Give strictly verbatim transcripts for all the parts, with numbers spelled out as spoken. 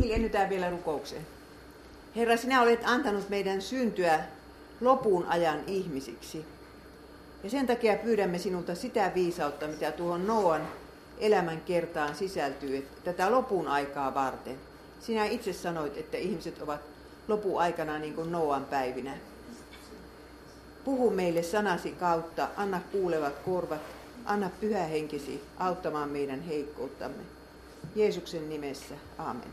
hiljennytään vielä rukoukseen. Herra, sinä olet antanut meidän syntyä lopun ajan ihmisiksi. Ja sen takia pyydämme sinulta sitä viisautta, mitä tuohon Nooan elämän kertaan sisältyy, että tätä lopun aikaa varten. Sinä itse sanoit, että ihmiset ovat lopun aikana niin kuin Nooan päivinä. Puhu meille sanasi kautta, anna kuulevat korvat, anna pyhä henkesi auttamaan meidän heikkouttamme. Jeesuksen nimessä, aamen.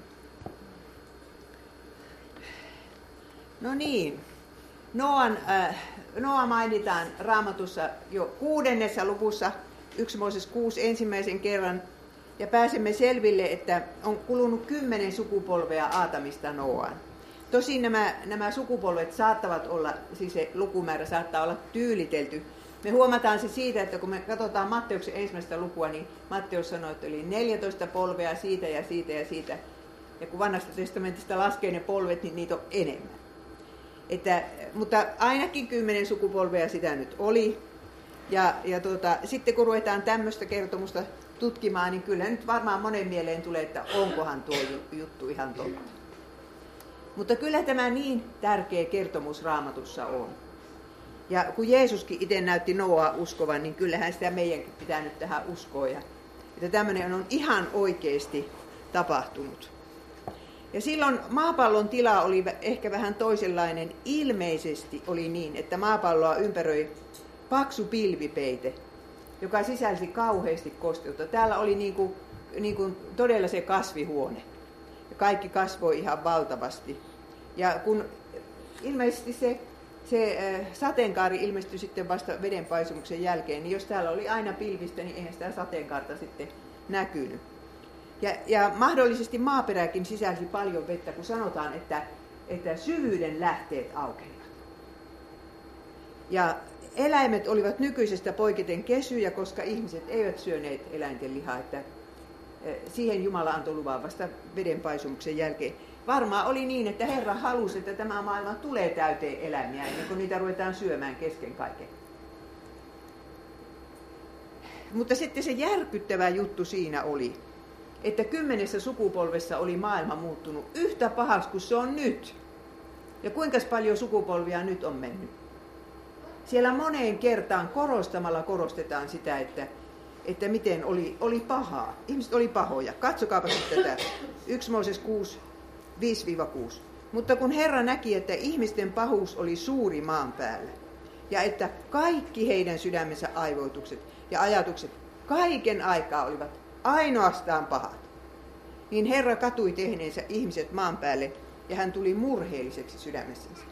No niin, Nooan, äh, Nooa mainitaan Raamatussa jo kuudennessa luvussa, yksi Mooses kuusi ensimmäisen kerran, ja pääsemme selville, että on kulunut kymmenen sukupolvea Aatamista Nooaan. Tosin nämä, nämä sukupolvet saattavat olla, siis se lukumäärä saattaa olla tyylitelty. Me huomataan se siitä, että kun me katsotaan Matteuksen ensimmäistä lukua, niin Matteus sanoi, että oli neljätoista polvea siitä ja siitä ja siitä. Ja kun vanhasta testamentista laskee ne polvet, niin niitä on enemmän. Että, mutta ainakin kymmenen sukupolvea sitä nyt oli. Ja, ja tuota, sitten kun ruvetaan tämmöistä kertomusta tutkimaan, niin kyllä nyt varmaan monen mieleen tulee, että onkohan tuo juttu ihan totta. Mutta kyllä tämä niin tärkeä kertomus Raamatussa on. Ja kun Jeesuskin itse näytti Nooaa uskovan, niin kyllähän sitä meidänkin pitää nyt tähän uskoa. Ja, että tämmöinen on ihan oikeasti tapahtunut. Ja silloin maapallon tila oli ehkä vähän toisenlainen. Ilmeisesti oli niin, että maapalloa ympäröi paksu pilvipeite, joka sisälsi kauheasti kosteutta. Täällä oli niin kuin, niin kuin todella se kasvihuone. Ja kaikki kasvoi ihan valtavasti. Ja kun ilmeisesti se, se sateenkaari ilmestyi sitten vasta vedenpaisumuksen jälkeen, niin jos täällä oli aina pilvistä, niin eihän sitä sateenkaarta sitten näkynyt. Ja, ja mahdollisesti maaperäkin sisälsi paljon vettä, kun sanotaan, että, että syvyyden lähteet aukenivat. Ja eläimet olivat nykyisestä poiketen kesyjä, koska ihmiset eivät syöneet eläinten lihaa, että siihen Jumala antoi luvan vasta vedenpaisumuksen jälkeen. Varmaan oli niin, että Herra halusi, että tämä maailma tulee täyteen eläimiä, ennen kuin niitä ruvetaan syömään kesken kaiken. Mutta sitten se järkyttävä juttu siinä oli, että kymmenessä sukupolvessa oli maailma muuttunut yhtä pahaksi kuin se on nyt. Ja kuinka paljon sukupolvia nyt on mennyt? Siellä moneen kertaan korostamalla korostetaan sitä, että, että miten oli, oli pahaa. Ihmiset oli pahoja. Katsokaapa sitten tätä. yksi Mooses kuusi, viisi kuusi. Mutta kun Herra näki, että ihmisten pahuus oli suuri maan päällä, ja että kaikki heidän sydämensä aivoitukset ja ajatukset kaiken aikaa olivat ainoastaan pahat, niin Herra katui tehneensä ihmiset maan päälle, ja hän tuli murheelliseksi sydämessänsä.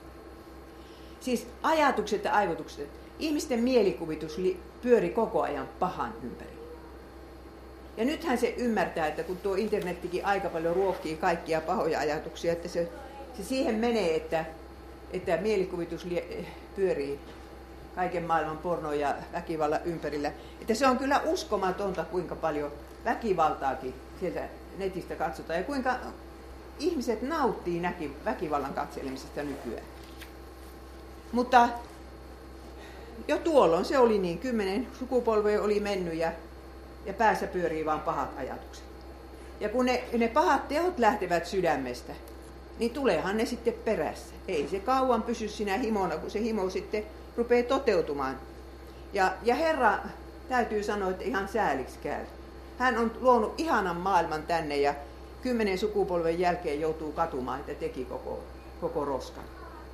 Siis ajatukset ja aivotukset, ihmisten mielikuvitus pyöri koko ajan pahan ympärillä. Ja nythän se ymmärtää, että kun tuo internettikin aika paljon ruokkii kaikkia pahoja ajatuksia, että se, se siihen menee, että, että mielikuvitus pyörii kaiken maailman pornon ja väkivallan ympärillä. Että se on kyllä uskomatonta, kuinka paljon väkivaltaakin sieltä netistä katsotaan ja kuinka ihmiset nauttii näki, väkivallan katselemisesta nykyään. Mutta jo tuolloin se oli niin, kymmenen sukupolvea oli mennyt ja, ja päässä pyörii vaan pahat ajatukset. Ja kun ne, ne pahat teot lähtevät sydämestä, niin tuleehan ne sitten perässä. Ei se kauan pysy siinä himona, kun se himo sitten rupeaa toteutumaan. Ja, ja Herra, täytyy sanoa, että ihan sääliksi käy. Hän on luonut ihanan maailman tänne ja kymmenen sukupolven jälkeen joutuu katumaan, että teki koko, koko roskan.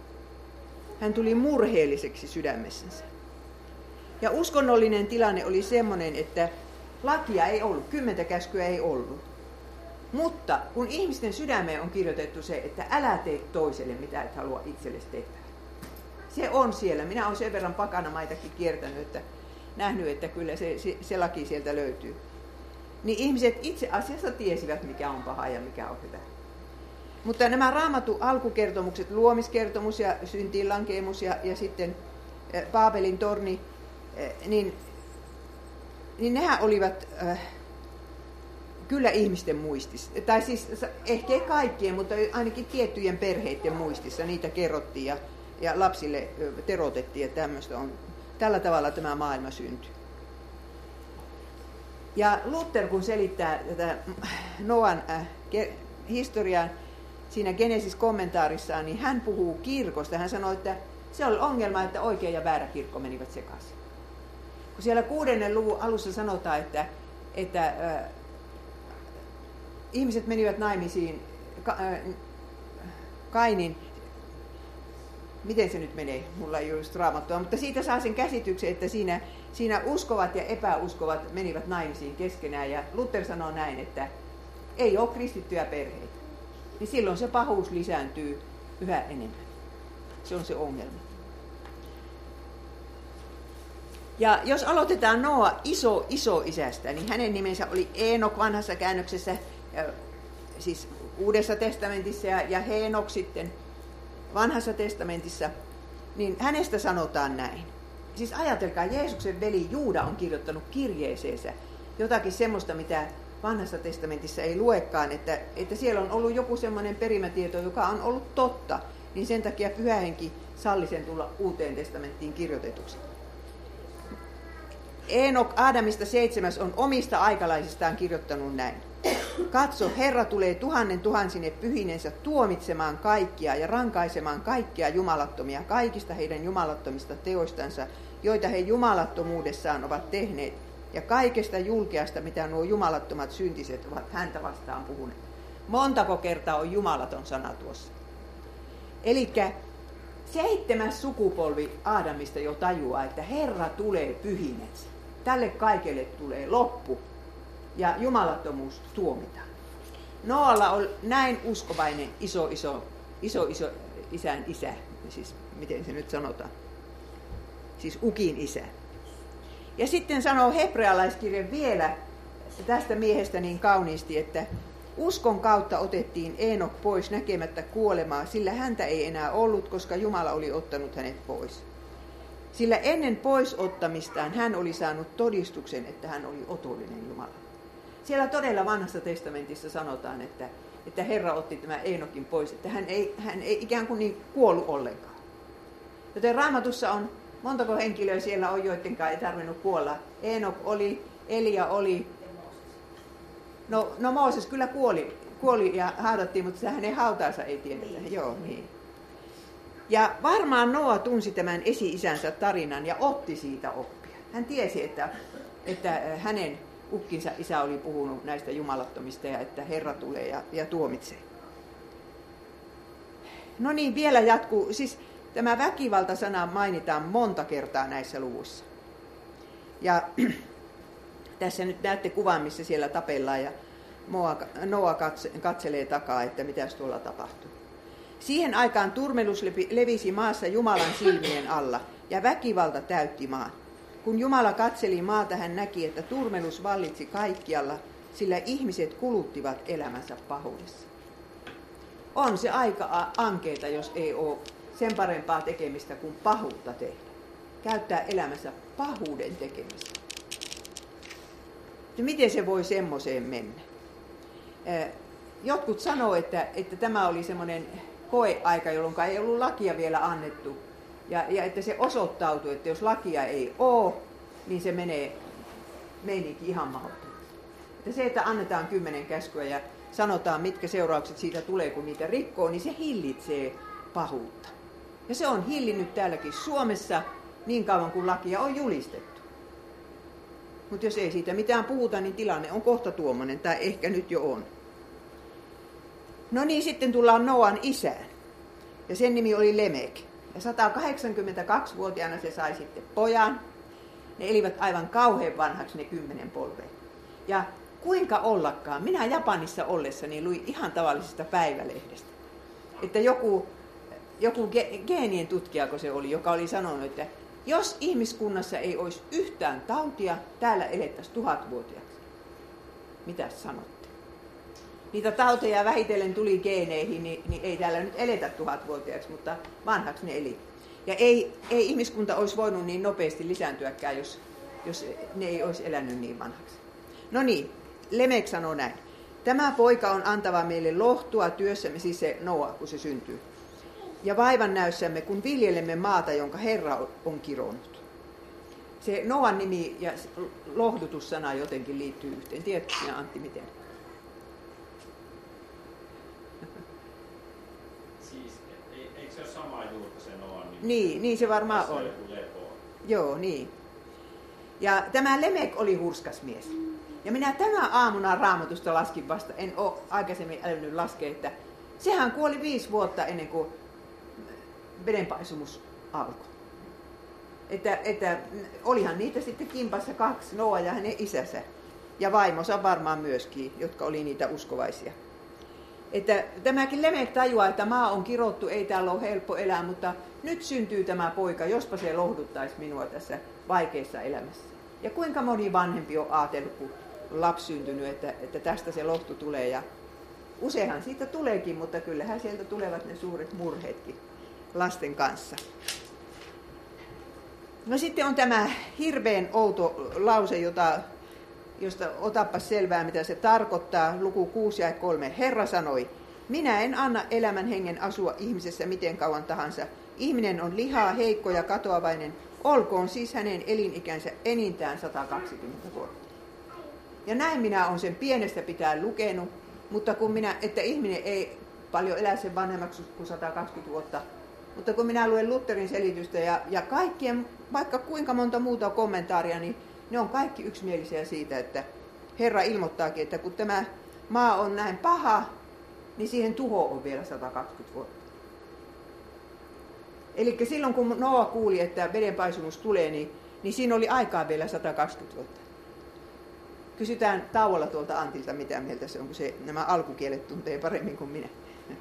Hän tuli murheelliseksi sydämessänsä. Ja uskonnollinen tilanne oli semmoinen, että lakia ei ollut, kymmentä käskyä ei ollut. Mutta kun ihmisten sydämeen on kirjoitettu se, että älä tee toiselle, mitä et halua itsellesi tehtävä. Se on siellä. Minä olen sen verran pakanamaitakin kiertänyt, että nähnyt, että kyllä se, se, se laki sieltä löytyy. Niin ihmiset itse asiassa tiesivät, mikä on paha ja mikä on hyvä. Mutta nämä Raamatun alkukertomukset, luomiskertomus ja syntiinlankeemus ja, ja sitten Baabelin torni, niin, niin nehän olivat äh, kyllä ihmisten muistissa. Tai siis ehkä ei kaikkien, mutta ainakin tiettyjen perheiden muistissa niitä kerrottiin ja, ja lapsille terotettiin, että tämmöistä on. Tällä tavalla tämä maailma syntyi. Ja Luther kun selittää tätä Noan äh, historian siinä Genesis-kommentaarissaan, niin hän puhuu kirkosta. Hän sanoi, että se oli ongelma, että oikea ja väärä kirkko menivät sekaisin. Kun siellä kuudennen luvun alussa sanotaan, että, että äh, ihmiset menivät naimisiin ka, äh, Kainin, miten se nyt menee, mulla ei ole just raamattua, mutta siitä saa sen käsityksen, että siinä, siinä uskovat ja epäuskovat menivät naimisiin keskenään. Ja Luther sanoo näin, että ei ole kristittyjä perheitä. Niin silloin se pahuus lisääntyy yhä enemmän. Se on se ongelma. Ja jos aloitetaan Noa iso iso isästä, niin hänen nimensä oli Eenok vanhassa käännöksessä, siis Uudessa testamentissa ja, ja Heenok sitten vanhassa testamentissa, niin hänestä sanotaan näin. Siis ajatelkaa, Jeesuksen veli Juuda on kirjoittanut kirjeeseensä jotakin semmoista, mitä vanhassa testamentissa ei luekaan, että, että siellä on ollut joku semmoinen perimätieto, joka on ollut totta, niin sen takia Pyhä Henki salli sen tulla Uuteen testamenttiin kirjoitetuksi. Eenok Aadamista seitsemäs on omista aikalaisistaan kirjoittanut näin. Katso, Herra tulee tuhannen tuhansine pyhinensä tuomitsemaan kaikkia ja rankaisemaan kaikkia jumalattomia kaikista heidän jumalattomista teoistansa, joita he jumalattomuudessaan ovat tehneet, ja kaikesta julkeasta, mitä nuo jumalattomat syntiset ovat häntä vastaan puhuneet. Montako kertaa on jumalaton sana tuossa? Elikkä seitsemäs sukupolvi Aadamista jo tajuaa, että Herra tulee pyhineksi. Tälle kaikelle tulee loppu ja jumalattomuus tuomitaan. Noalla on näin uskovainen iso iso iso iso isän isä, siis miten se nyt sanotaan, siis Ukin isä. Ja sitten sanoo hebrealaiskirje vielä tästä miehestä niin kauniisti, että uskon kautta otettiin Eenok pois näkemättä kuolemaa, sillä häntä ei enää ollut, koska Jumala oli ottanut hänet pois. Sillä ennen poisottamistaan hän oli saanut todistuksen, että hän oli otollinen Jumala. Siellä todella vanhassa testamentissa sanotaan, että, että Herra otti tämän Eenokin pois, että hän ei, hän ei ikään kuin niin kuollut ollenkaan. Joten Raamatussa on montako henkilöä siellä on, joidenkaan ei tarvinnut kuolla. Eenok oli, Elia oli. No, no Mooses kyllä kuoli, kuoli ja haudattiin, mutta sitä hänen hautaansa ei tiedetä. Joo, niin. Ja varmaan Noa tunsi tämän esi-isänsä tarinan ja otti siitä oppia. Hän tiesi, että, että hänen ukkinsa isä oli puhunut näistä jumalattomista ja että Herra tulee ja, ja tuomitsee. No niin, vielä jatkuu. Siis tämä väkivalta-sana mainitaan monta kertaa näissä luvuissa. Ja tässä nyt näette kuvan, missä siellä tapellaan ja Noa katselee takaa, että mitäs tuolla tapahtuu. Siihen aikaan turmelus levisi maassa Jumalan silmien alla ja väkivalta täytti maan. Kun Jumala katseli maata, hän näki, että turmelus vallitsi kaikkialla, sillä ihmiset kuluttivat elämänsä pahuudessa. On se aika ankeeta, jos ei ole sen parempaa tekemistä kuin pahuutta tehdä. Käyttää elämänsä pahuuden tekemistä. Ja miten se voi semmoiseen mennä? Jotkut sanoo, että, että tämä oli semmoinen koeaika, jolloin ei ollut lakia vielä annettu. Ja, ja että se osoittautui, että jos lakia ei ole, niin se menee meininki ihan mahdottomaksi. Että se, että annetaan kymmenen käskyä ja sanotaan, mitkä seuraukset siitä tulee, kun niitä rikkoo, niin se hillitsee pahuutta. Ja se on hillinnyt täälläkin Suomessa niin kauan kuin lakia on julistettu. Mutta jos ei siitä mitään puhuta, niin tilanne on kohta tuommoinen, tai ehkä nyt jo on. No niin, sitten tullaan Noan isään. Ja sen nimi oli Lemek. Ja sata kahdeksankymmentäkaksivuotiaana se sai sitten pojan. Ne elivät aivan kauhean vanhaksi ne kymmenen polvea. Ja kuinka ollakaan, minä Japanissa ollessani luin ihan tavallisesta päivälehdestä. Että joku, joku ge- geenien tutkijako se oli, joka oli sanonut, että jos ihmiskunnassa ei olisi yhtään tautia, täällä elettäisiin tuhatvuotiaaksi. Mitäs sanotte? Niitä tauteja vähitellen tuli geeneihin, niin, niin ei täällä nyt eletä tuhatvuotiaaksi, mutta vanhaksi ne eli. Ja ei, ei ihmiskunta olisi voinut niin nopeasti lisääntyäkään, jos, jos ne ei olisi elänyt niin vanhaksi. No niin, Lemek sanoo näin. Tämä poika on antava meille lohtua työssämme, siis se Noa, kun se syntyy. Ja vaivan näyssämme, kun viljelemme maata, jonka Herra on kironut. Se Noan nimi ja lohdutussana jotenkin liittyy yhteen. Tiedätkö sinä, Antti, miten? Siis, e, eikö se ole samaa juurta se Noan nimi? Niin, niin se varmaan on. Joo, niin. Ja tämä Lemek oli hurskas mies. Ja minä tämä aamuna Raamatusta laskin vasta, en ole aikaisemmin älynnyt laskea, että sehän kuoli viisi vuotta ennen kuin vedenpaisumus alkoi. Että, että olihan niitä sitten kimpassa kaksi, Noa ja hänen isänsä. Ja vaimonsa varmaan myöskin, jotka oli niitä uskovaisia. Että tämäkin Lemek tajuaa, että maa on kirottu, ei täällä ole helppo elää, mutta nyt syntyy tämä poika, jospa se lohduttaisi minua tässä vaikeassa elämässä. Ja kuinka moni vanhempi on ajatellut, kun lapsi syntynyt, että, että tästä se lohtu tulee. Ja useinhan siitä tuleekin, mutta kyllähän sieltä tulevat ne suuret murheetkin lasten kanssa. No sitten on tämä hirveän outo lause, jota, josta otappa selvää, mitä se tarkoittaa. Luku kuusi ja kolme. Herra sanoi, minä en anna elämän hengen asua ihmisessä miten kauan tahansa. Ihminen on lihaa, heikko ja katoavainen. Olkoon siis hänen elinikänsä enintään sata kaksikymmentä vuotta. Ja näin minä olen sen pienestä pitäen lukenut, mutta kun minä, että ihminen ei paljon elä sen vanhemmaksi kuin sata kaksikymmentä vuotta, mutta kun minä luen Lutherin selitystä ja, ja kaikkien, vaikka kuinka monta muuta kommentaaria, niin ne on kaikki yksimielisiä siitä, että Herra ilmoittaakin, että kun tämä maa on näin paha, niin siihen tuho on vielä sata kaksikymmentä vuotta. Eli silloin kun Noa kuuli, että vedenpaisumus tulee, niin, niin siinä oli aikaa vielä sata kaksikymmentä vuotta. Kysytään tauolla tuolta Antilta, mitä mieltä se on, kun se, nämä alkukielet tuntee paremmin kuin minä.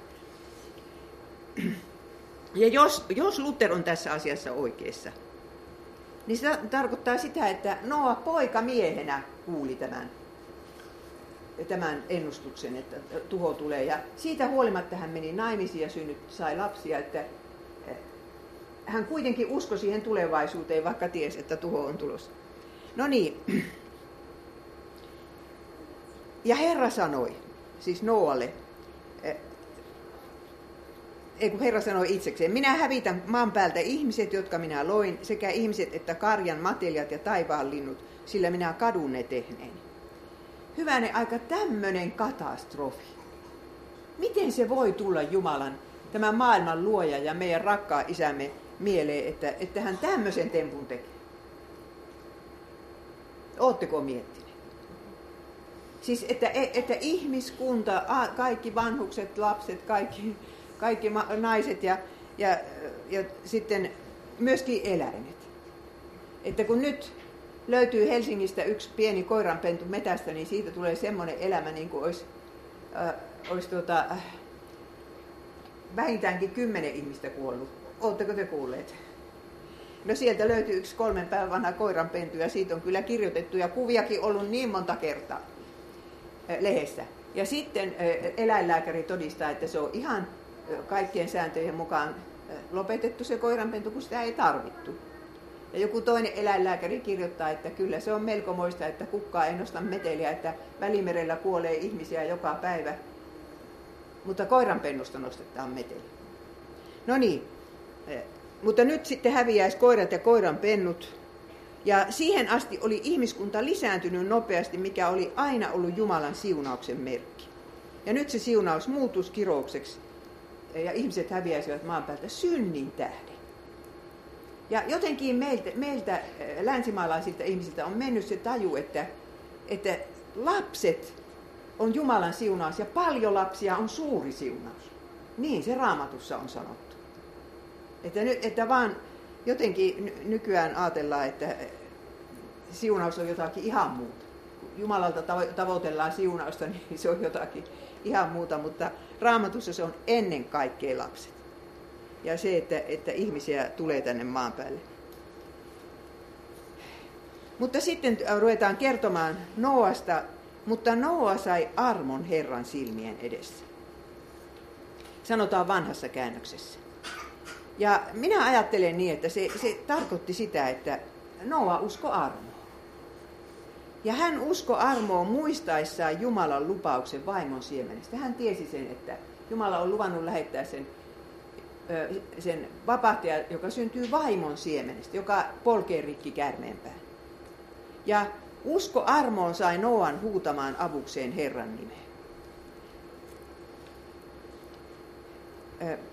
Ja jos, jos Luther on tässä asiassa oikeassa, niin se tarkoittaa sitä, että Noa poikamiehenä kuuli tämän, tämän ennustuksen, että tuho tulee. Ja siitä huolimatta hän meni naimisiin ja synnyt, sai lapsia, että hän kuitenkin uskoi siihen tulevaisuuteen, vaikka tiesi, että tuho on tulossa. No niin. Ja Herra sanoi, siis Noalle, ei kun Herra sanoi itsekseen, minä hävitän maan päältä ihmiset, jotka minä loin, sekä ihmiset että karjan matelijat ja taivaan linnut, sillä minä kadun ne tehneeni. Hyvänen aika, tämmöinen katastrofi. Miten se voi tulla Jumalan, tämän maailman luoja ja meidän rakkaan isämme mieleen, että, että hän tämmöisen tempun tekee? Ootteko miettineet? Siis, että, että ihmiskunta, kaikki vanhukset, lapset, kaikki, kaikki naiset ja, ja, ja sitten myöskin eläimet. Että kun nyt löytyy Helsingistä yksi pieni koiranpentu metästä, niin siitä tulee semmoinen elämä, niin kuin olisi, äh, olisi tuota, äh, vähintäänkin kymmenen ihmistä kuollut. Oletteko te kuulleet? No sieltä löytyy yksi kolmen päivän vanha koiranpentu ja siitä on kyllä kirjoitettu ja kuviakin ollut niin monta kertaa lehdessä. Ja sitten eläinlääkäri todistaa, että se on ihan kaikkien sääntöjen mukaan lopetettu se koiranpentu, kun sitä ei tarvittu. Ja joku toinen eläinlääkäri kirjoittaa, että kyllä se on melkomoista, että kukkaa ei nosta meteliä, että Välimerellä kuolee ihmisiä joka päivä, mutta koiranpennusta nostetaan meteli. No niin, mutta nyt sitten häviäisi koirat ja koiranpennut. Ja siihen asti oli ihmiskunta lisääntynyt nopeasti, mikä oli aina ollut Jumalan siunauksen merkki. Ja nyt se siunaus muuttuisi kiroukseksi ja ihmiset häviäisivät maan päältä synnin tähden. Ja jotenkin meiltä, meiltä länsimaalaisilta ihmisiltä on mennyt se taju, että, että lapset on Jumalan siunaus ja paljon lapsia on suuri siunaus. Niin se Raamatussa on sanottu. Että, nyt, että vaan jotenkin nykyään ajatellaan, että siunaus on jotakin ihan muuta. Kun Jumalalta tavoitellaan siunausta, niin se on jotakin ihan muuta, mutta Raamatussa se on ennen kaikkea lapset. Ja se, että, että ihmisiä tulee tänne maan päälle. Mutta sitten ruvetaan kertomaan Noasta, mutta Noa sai armon Herran silmien edessä. Sanotaan vanhassa käännöksessä. Ja minä ajattelen niin, että se, se tarkoitti sitä, että Noa usko armoa. Ja hän usko armoa muistaessaan Jumalan lupauksen vaimon siemenestä. Hän tiesi sen, että Jumala on luvannut lähettää sen, sen vapahtajan, joka syntyy vaimon siemenestä, joka polkee rikki käärmeenpään. Ja usko armoon sai Noan huutamaan avukseen Herran nimeä.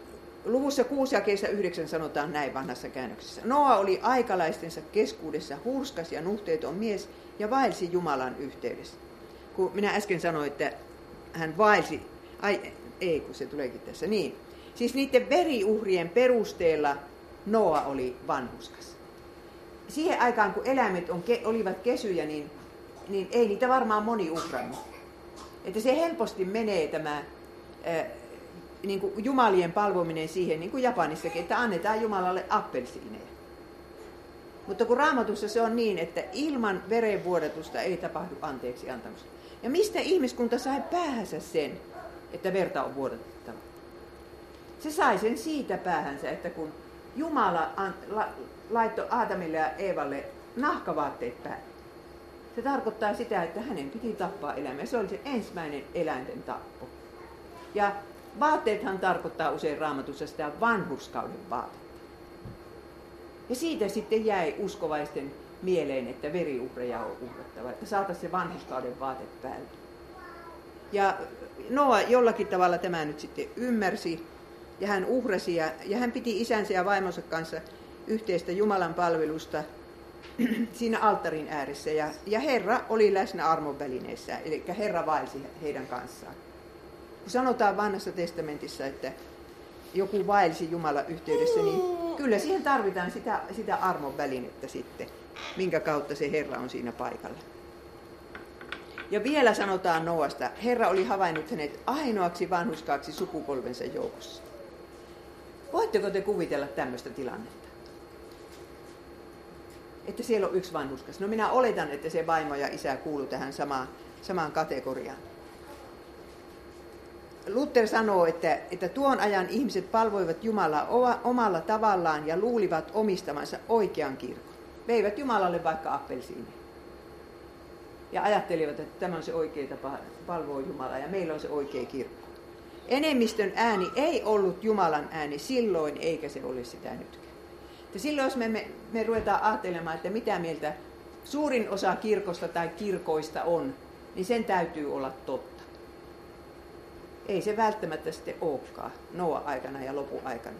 luvussa kuusi jakeessa yhdeksän sanotaan näin vanhassa käännöksessä. Noa oli aikalaistensa keskuudessa hurskas ja nuhteeton mies ja vaelsi Jumalan yhteydessä. Kun minä äsken sanoin, että hän vaelsi, ai ei kun se tuleekin tässä, niin. Siis niiden veriuhrien perusteella Noa oli vanhurskas. Siihen aikaan, kun eläimet on, olivat kesyjä, niin, niin ei niitä varmaan moni uhrannut. Että se helposti menee tämä ää, niin kuin jumalien palvominen siihen, niin kuin Japanissakin, että annetaan Jumalalle appelsiineja. Mutta kun Raamatussa se on niin, että ilman verenvuodatusta ei tapahdu anteeksi antamusta. Ja mistä ihmiskunta sai päähänsä sen, että verta on vuodatettava? Se sai sen siitä päähänsä, että kun Jumala laittoi Aatamille ja Eevalle nahkavaatteet päälle, se tarkoittaa sitä, että hänen piti tappaa eläimiä. Se oli se ensimmäinen eläinten tappo. Ja vaatteethan tarkoittaa usein Raamatussa sitä vanhurskauden vaatetta. Ja siitä sitten jäi uskovaisten mieleen, että veriuhreja on uhrattava, että saataisiin se vanhurskauden vaate päälle. Ja Noa jollakin tavalla tämä nyt sitten ymmärsi, ja hän uhrasi, ja, ja hän piti isänsä ja vaimonsa kanssa yhteistä Jumalan palvelusta siinä alttarin ääressä. Ja, ja Herra oli läsnä armon välineessä, eli Herra vaelsi heidän kanssaan. Kun sanotaan vanhassa testamentissa, että joku vaelsi Jumalan yhteydessä, niin kyllä siihen tarvitaan sitä, sitä armon välinettä sitten, minkä kautta se Herra on siinä paikalla. Ja vielä sanotaan Noasta, Herra oli havainnut hänet ainoaksi vanhuskaaksi sukupolvensa joukossa. Voitteko te kuvitella tämmöistä tilannetta? Että siellä on yksi vanhuskas. No minä oletan, että se vaimo ja isä kuuluu tähän samaan, samaan kategoriaan. Luther sanoo, että, että tuon ajan ihmiset palvoivat Jumalaa omalla tavallaan ja luulivat omistamansa oikean kirkon. Veivät Jumalalle vaikka appelsiineja. Ja ajattelivat, että tämä on se oikea tapa palvoa Jumalaa ja meillä on se oikea kirkko. Enemmistön ääni ei ollut Jumalan ääni silloin, eikä se ole sitä nytkään. Ja silloin, jos me, me, me ruvetaan ajattelemaan, että mitä mieltä suurin osa kirkosta tai kirkoista on, niin sen täytyy olla totta. Ei se välttämättä sitten olekaan Noa-aikana ja lopuaikana.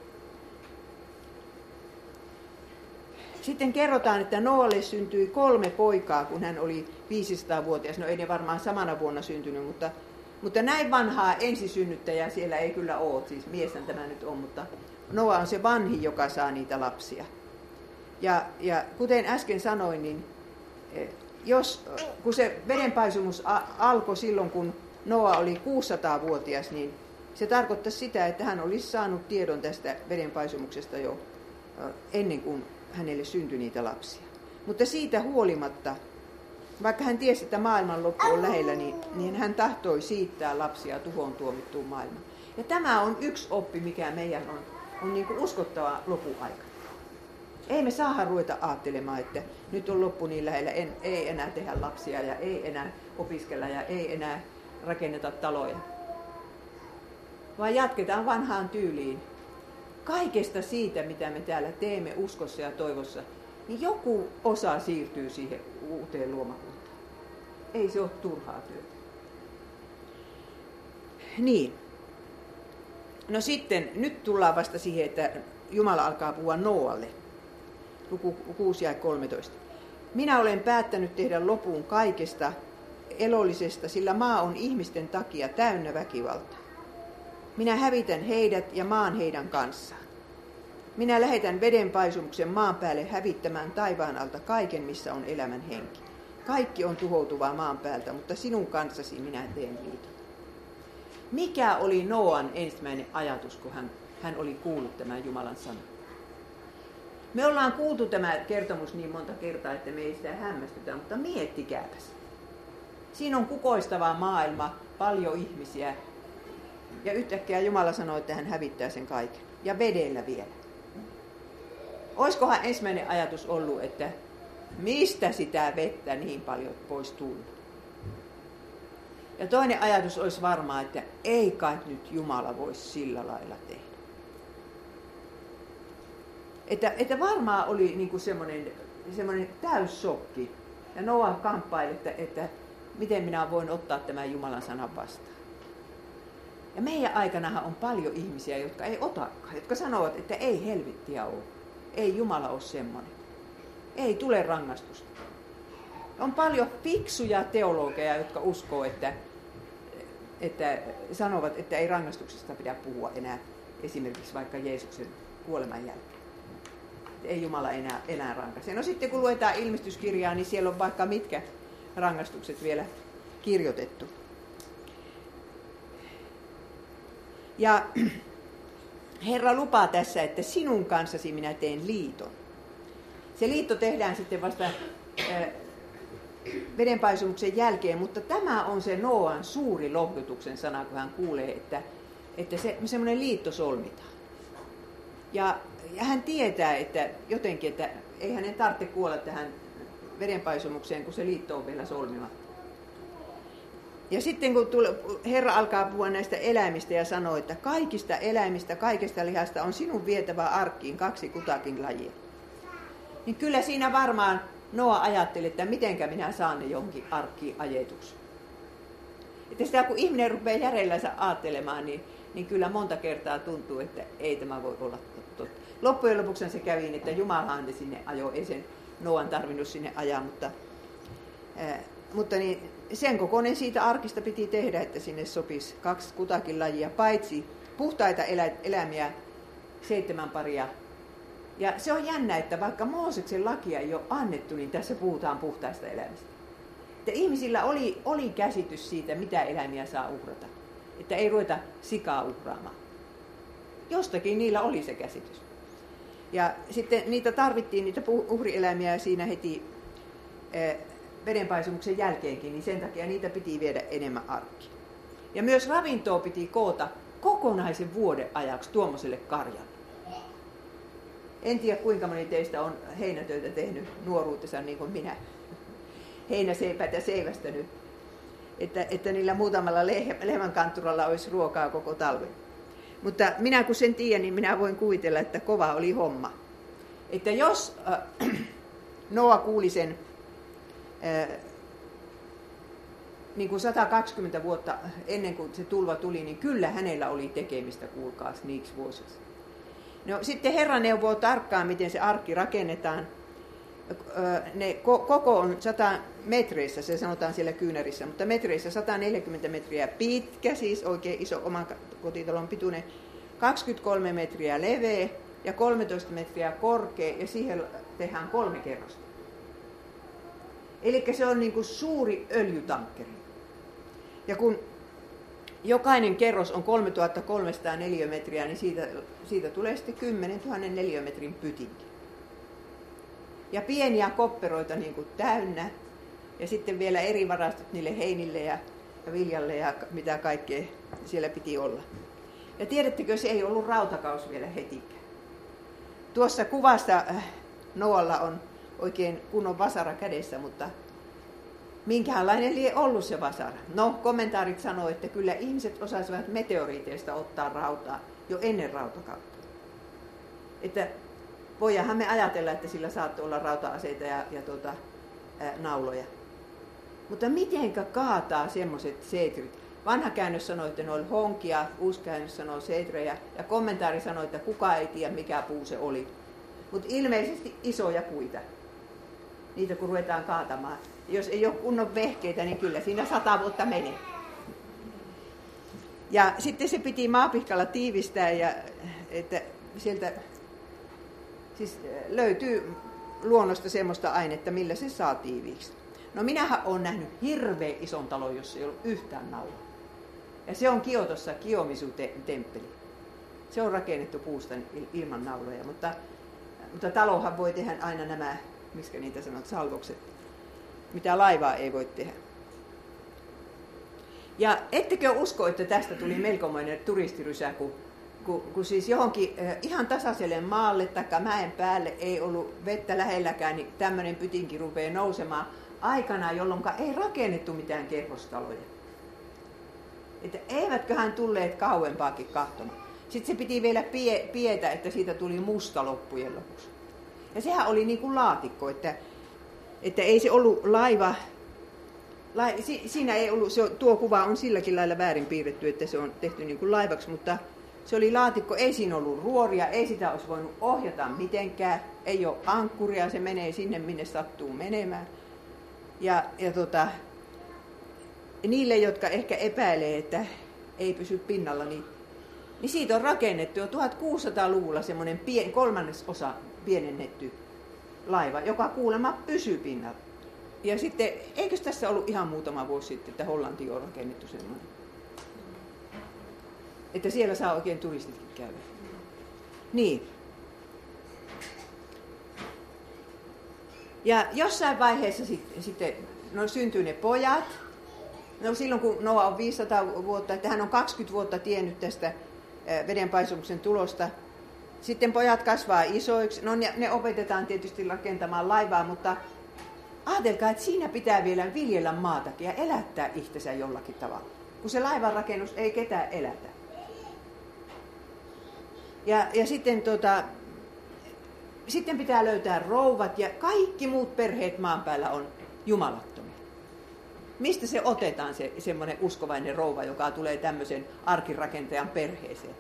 Sitten kerrotaan, että Noalle syntyi kolme poikaa, kun hän oli viisisataavuotias. No ei ne varmaan samana vuonna syntynyt, mutta, mutta näin vanhaa ensisynnyttäjää siellä ei kyllä ole. Siis mieshän tämä nyt on, mutta Noa on se vanhin, joka saa niitä lapsia. Ja, ja kuten äsken sanoin, niin jos, kun se vedenpaisumus alkoi silloin, kun Noa oli kuusisataavuotias, niin se tarkoittaisi sitä, että hän olisi saanut tiedon tästä vedenpaisumuksesta jo ennen kuin hänelle syntyi niitä lapsia. Mutta siitä huolimatta, vaikka hän tiesi, että maailmanloppu on lähellä, niin, niin hän tahtoi siittää lapsia tuhoon tuomittuun maailmaan. Ja tämä on yksi oppi, mikä meidän on, on niin kuin uskottava lopuaika. Ei me saada ruveta ajattelemaan, että nyt on loppu niin lähellä, en, ei enää tehdä lapsia ja ei enää opiskella ja ei enää rakenneta taloja. Vaan jatketaan vanhaan tyyliin. Kaikesta siitä, mitä me täällä teemme uskossa ja toivossa, niin joku osa siirtyy siihen uuteen luomakuntaan. Ei se ole turhaa työtä. Niin. No sitten, nyt tullaan vasta siihen, että Jumala alkaa puhua Noalle. Luku kuusi ja kolmetoista. Minä olen päättänyt tehdä lopun kaikesta elollisesta, sillä maa on ihmisten takia täynnä väkivaltaa. Minä hävitän heidät ja maan heidän kanssaan. Minä lähetän vedenpaisumuksen maan päälle hävittämään taivaan alta kaiken, missä on elämän henki. Kaikki on tuhoutuvaa maan päältä, mutta sinun kanssasi minä teen liiton. Mikä oli Noan ensimmäinen ajatus, kun hän, hän oli kuullut tämän Jumalan sanan? Me ollaan kuultu tämä kertomus niin monta kertaa, että me ei sitä hämmästytä, mutta miettikääpäs. Siinä on kukoistava maailma, paljon ihmisiä. Ja yhtäkkiä Jumala sanoi, että hän hävittää sen kaiken. Ja vedellä vielä. Oiskohan ensimmäinen ajatus ollut, että mistä sitä vettä niin paljon voisi tulla? Ja toinen ajatus olisi varmaan, että ei kai nyt Jumala voisi sillä lailla tehdä. Että, että varmaan oli niin kuin semmoinen, semmoinen täyssokki. Ja Noa kamppaili, että, että miten minä voin ottaa tämän Jumalan sanan vastaan. Ja meidän aikanahan on paljon ihmisiä, jotka ei otakaan, jotka sanovat, että ei helvettiä ole. Ei Jumala ole semmoinen. Ei tule rangaistusta. On paljon fiksuja teologeja, jotka uskoo, että, että sanovat, että ei rangaistuksesta pidä puhua enää esimerkiksi vaikka Jeesuksen kuoleman jälkeen. Ei Jumala enää, enää rankaise. No sitten kun luetaan ilmestyskirjaa, niin siellä on vaikka mitkä rangaistukset vielä kirjoitettu. Ja Herra lupaa tässä, että sinun kanssasi minä teen liiton. Se liitto tehdään sitten vasta äh, vedenpaisumuksen jälkeen, mutta tämä on se Nooan suuri lohdutuksen sana, kun hän kuulee, että, että se, semmoinen liitto solmitaan. Ja, ja hän tietää, että jotenkin, että ei hänen tarvitse kuolla tähän vedenpaisumukseen, kun se liitto on vielä solmimatta. Ja sitten kun tule, Herra alkaa puhua näistä eläimistä ja sanoo, että kaikista eläimistä, kaikesta lihasta on sinun vietävä arkkiin kaksi kutakin lajia. Niin kyllä siinä varmaan Noa ajatteli, että mitenkä minä saan ne jonkin arkkiin ajetuksi. Että sitä kun ihminen rupeaa järjellänsä ajattelemaan, niin, niin kyllä monta kertaa tuntuu, että ei tämä voi olla totta. Loppujen lopuksi se kävi, että Jumalahan ne sinne ajoi, ei sen Noan tarvinnut sinne ajaa, mutta, ää, mutta niin, sen kokoinen siitä arkista piti tehdä, että sinne sopisi kaksi kutakin lajia, paitsi puhtaita elä, eläimiä, seitsemän paria. Ja se on jännä, että vaikka Mooseksen lakia ei ole annettu, niin tässä puhutaan puhtaista eläimistä. Että ihmisillä oli, oli käsitys siitä, mitä eläimiä saa uhrata. Että ei ruveta sikaa uhraamaan. Jostakin niillä oli se käsitys. Ja sitten niitä tarvittiin, niitä uhrieläimiä siinä heti eh, vedenpaisumuksen jälkeenkin, niin sen takia niitä piti viedä enemmän arkkiin. Ja myös ravintoa piti koota kokonaisen vuoden ajaksi tuommoiselle karjalle. En tiedä, kuinka moni teistä on heinätöitä tehnyt nuoruutensa niin kuin minä. Heinäseipät ja seivästänyt. Että, että niillä muutamalla lehmänkantturalla olisi ruokaa koko talven. Mutta minä kun sen tiedän, niin minä voin kuvitella, että kova oli homma. Että jos äh, Noa kuuli sen äh, niin kuin sata kaksikymmentä vuotta ennen kuin se tulva tuli, niin kyllä hänellä oli tekemistä, kuulkaas, niiksi vuosiksi. No, sitten Herra neuvoo tarkkaan, miten se arkki rakennetaan. Ne koko on sata metreissä, se sanotaan siellä kyynärissä, mutta metreissä sata neljäkymmentä metriä pitkä, siis oikein iso oman kotitalon pituinen, kaksikymmentäkolme metriä leveä ja kolmetoista metriä korkea, ja siihen tehdään kolme kerrosta. Eli se on niin kuin suuri öljytankkeri. Ja kun jokainen kerros on kolmetuhattakolmesataa neliömetriä, niin siitä, siitä tulee sitten kymmenentuhatta neliömetrin pytinki. Ja pieniä kopperoita niin kuin täynnä, ja sitten vielä eri varastot niille heinille ja, ja viljalle ja mitä kaikkea siellä piti olla. Ja tiedättekö, se ei ollut rautakaus vielä hetikään. Tuossa kuvassa Noalla on oikein kunnon vasara kädessä, mutta minkälainen lie ollut se vasara? No, kommentaarit sanoo, että kyllä ihmiset osasivat meteoriiteista ottaa rautaa jo ennen rautakautta. Että voidaanhan me ajatella, että sillä saattoi olla rauta-aseita ja, ja tuota, ää, nauloja. Mutta mitenkä kaataa semmoiset seetrit? Vanha käännös sanoi, että ne oli honkia, uusi käännös sanoi seetrejä, ja kommentaari sanoi, että kukaan ei tiedä, mikä puu se oli. Mutta ilmeisesti isoja puita. Niitä kun ruvetaan kaatamaan. Jos ei ole kunnon vehkeitä, niin kyllä siinä sata vuotta menee. Ja sitten se piti maapihkalla tiivistää, ja että sieltä siis löytyy luonnosta semmoista ainetta, millä se saa tiiviiksi. No minähän olen nähnyt hirveän ison talon, jossa ei ollut yhtään naulaa. Ja se on Kiotossa Kiomisu-temppeli. Se on rakennettu puusta ilman nauloja, mutta, mutta talohan voi tehdä aina nämä, miskä niitä sanot, salvokset, mitä laivaa ei voi tehdä. Ja ettekö usko, että tästä tuli melkoinen turistirysä, kun, kun, kun siis johonkin eh, ihan tasaiselle maalle tai mäen päälle ei ollut vettä lähelläkään, niin tämmöinen pytinki rupeaa nousemaan aikana, jolloin ei rakennettu mitään kerrostaloja. Että eivätköhän tulleet kauempaakin katsomaan. Sitten se piti vielä pie, pietä, että siitä tuli musta loppujen lopuksi. Ja sehän oli niin kuin laatikko, että, että ei se ollut laiva, Siinä ei ollut, se, tuo kuva on silläkin lailla väärin piirretty, että se on tehty niin kuin laivaksi, mutta se oli laatikko, ei siinä ollut ruoria, ei sitä olisi voinut ohjata mitenkään, ei ole ankkuria, se menee sinne, minne sattuu menemään. Ja, ja tota, niille, jotka ehkä epäilee, että ei pysy pinnalla, niin, niin siitä on rakennettu jo tuhatkuusisataaluvulla semmoinen pien, kolmannesosa pienennetty laiva, joka kuulemma pysyy pinnalla. Ja sitten, eikö tässä ollut ihan muutama vuosi sitten, että Hollantiin on rakennettu semmoinen? Että siellä saa oikein turistitkin käydä. Niin. Ja jossain vaiheessa sitten, sitten no, syntyy ne pojat. No silloin kun Noa on viisisataa vuotta, että hän on kaksikymmentä vuotta tiennyt tästä vedenpaisumuksen tulosta. Sitten pojat kasvaa isoiksi. No ne, ne opetetaan tietysti rakentamaan laivaa, mutta ajatelkaa, että siinä pitää vielä viljellä maatakin ja elättää itsensä jollakin tavalla. Kun se laivanrakennus ei ketään elätä. Ja, ja sitten, tota, sitten pitää löytää rouvat ja kaikki muut perheet maan päällä on jumalattomia. Mistä se otetaan se semmoinen uskovainen rouva, joka tulee tämmöisen arkirakentajan perheeseen?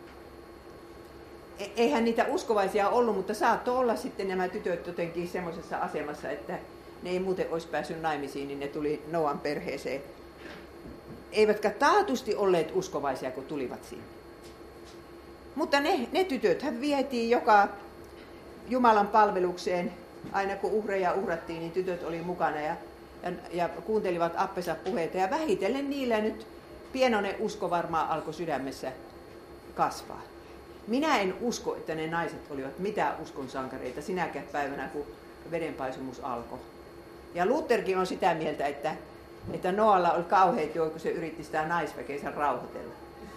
Eihän niitä uskovaisia ollut, mutta saattoi olla sitten nämä tytöt jotenkin semmoisessa asemassa, että ne ei muuten olisi päässyt naimisiin, niin ne tuli Noan perheeseen. Eivätkä taatusti olleet uskovaisia, kun tulivat sinne. Mutta ne, ne tytöthän vietiin joka Jumalan palvelukseen. Aina kun uhreja uhrattiin, niin tytöt oli mukana ja, ja, ja kuuntelivat appensa puheita. Ja vähitellen niillä nyt pienoinen usko varmaan alkoi sydämessä kasvaa. Minä en usko, että ne naiset olivat mitään uskonsankareita sinäkään päivänä, kun vedenpaisumus alkoi. Ja Lutherkin on sitä mieltä, että, että Noalla oli kauheat joo, kun se yritti sitä naisväkeensä rauhoitella.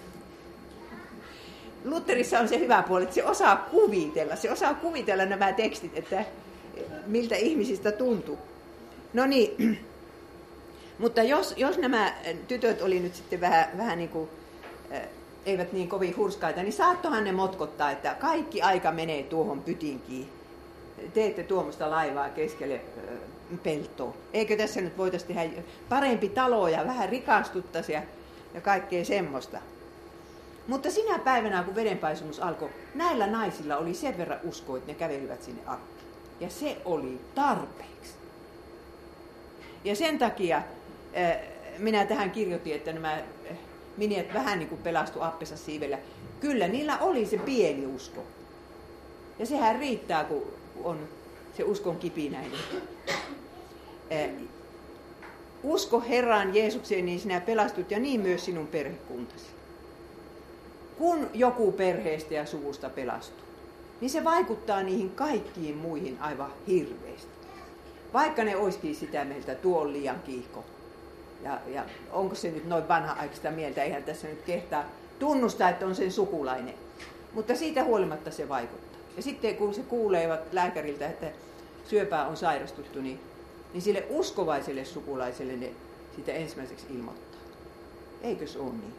Lutherissa on se hyvä puoli, että se osaa kuvitella. Se osaa kuvitella nämä tekstit, että miltä ihmisistä tuntuu. No niin, mutta jos, jos nämä tytöt oli nyt sitten vähän, vähän niin kuin, eivät niin kovin hurskaita, niin saattohan ne motkottaa, että kaikki aika menee tuohon pytinkiin. Teette tuommoista laivaa keskelle peltoa. Eikö tässä nyt voitaisiin tehdä parempi talo ja vähän rikastuttaisiin ja, ja kaikkea semmoista. Mutta sinä päivänä, kun vedenpaisumus alkoi, näillä naisilla oli sen verran uskoa, että ne kävelivät sinne arkkiin. Ja se oli tarpeeksi. Ja sen takia minä tähän kirjoitin, että nämä miniät vähän niin kuin pelastu appensa siivellä. Kyllä, niillä oli se pieni usko. Ja sehän riittää, kun on se uskon kipinäinen. Usko Herraan Jeesukseen, niin sinä pelastut ja niin myös sinun perhekuntasi. Kun joku perheestä ja suvusta pelastuu, niin se vaikuttaa niihin kaikkiin muihin aivan hirveästi. Vaikka ne olisikin sitä mieltä, tuo on liian kiihko. Ja, ja onko se nyt noin vanha-aikaista mieltä, eihän tässä nyt kehtaa tunnustaa, että on sen sukulainen. Mutta siitä huolimatta se vaikuttaa. Ja sitten kun se kuulevat lääkäriltä, että syöpää on sairastuttu, niin, niin sille uskovaiselle sukulaiselle ne sitä ensimmäiseksi ilmoittaa. Eikö se ole niin?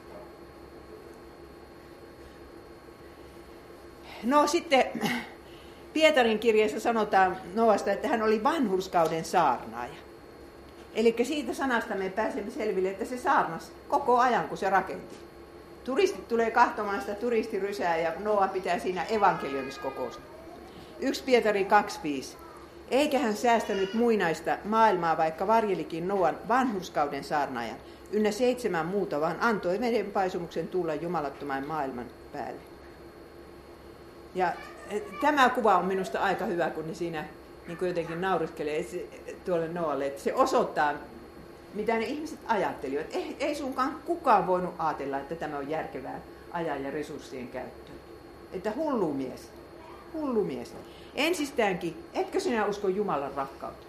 No sitten Pietarin kirjeessä sanotaan Noasta, että hän oli vanhurskauden saarnaaja. Eli siitä sanasta me pääsemme selville, että se saarnasi koko ajan, kun se rakenti. Turistit tulee kahtomaan sitä turistirysää ja Noa pitää siinä evankeliumiskokousta. yksi Pietari kaksi viisi. Eikä hän säästänyt muinaista maailmaa, vaikka varjelikin Noan vanhurskauden saarnaajan. Ynnä seitsemän muuta, vaan antoi vedenpaisumuksen tulla jumalattoman maailman päälle. Ja tämä kuva on minusta aika hyvä, kun ne siinä niin kuin jotenkin nauriskelee tuolle Noalle, että se osoittaa, mitä ne ihmiset ajattelivat. Ei, ei sunkaan kukaan voinut ajatella, että tämä on järkevää ajan ja resurssien käyttöön. Että hullu mies, hullu mies. Ensistäänkin, etkö sinä usko Jumalan rakkautta?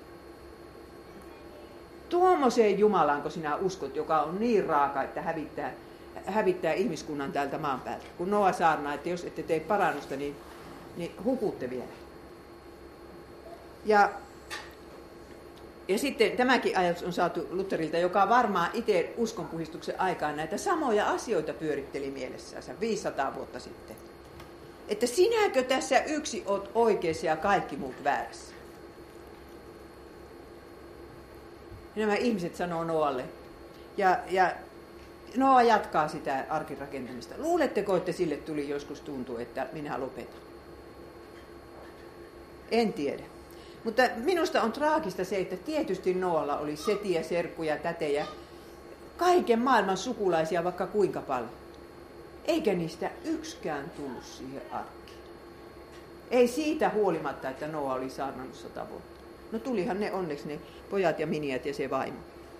Tuommoiseen Jumalaan, kun sinä uskot, joka on niin raaka, että hävittää, hävittää ihmiskunnan täältä maan päältä. Kun Noa saarnaa, että jos ette tee parannusta, niin, niin hukutte vielä. Ja, ja sitten tämäkin ajatus on saatu Lutherilta, joka varmaan itse uskonpuhdistuksen aikaan näitä samoja asioita pyöritteli mielessänsä viisisataa vuotta sitten. Että sinäkö tässä yksi oot oikeassa ja kaikki muut väärässä? Ja nämä ihmiset sanoo Noalle. Ja, ja Noa jatkaa sitä arkin rakentamista. Luuletteko, että sille tuli joskus tuntua, että minä lopetan? En tiedä. Mutta minusta on traagista se, että tietysti Noalla oli setiä, serkkuja, tätejä, kaiken maailman sukulaisia vaikka kuinka paljon. Eikä niistä yksikään tullut siihen arkkiin. Ei siitä huolimatta, että Noa oli saarnannut sata vuotta. No tulihan ne onneksi ne pojat ja miniät ja se vaimo.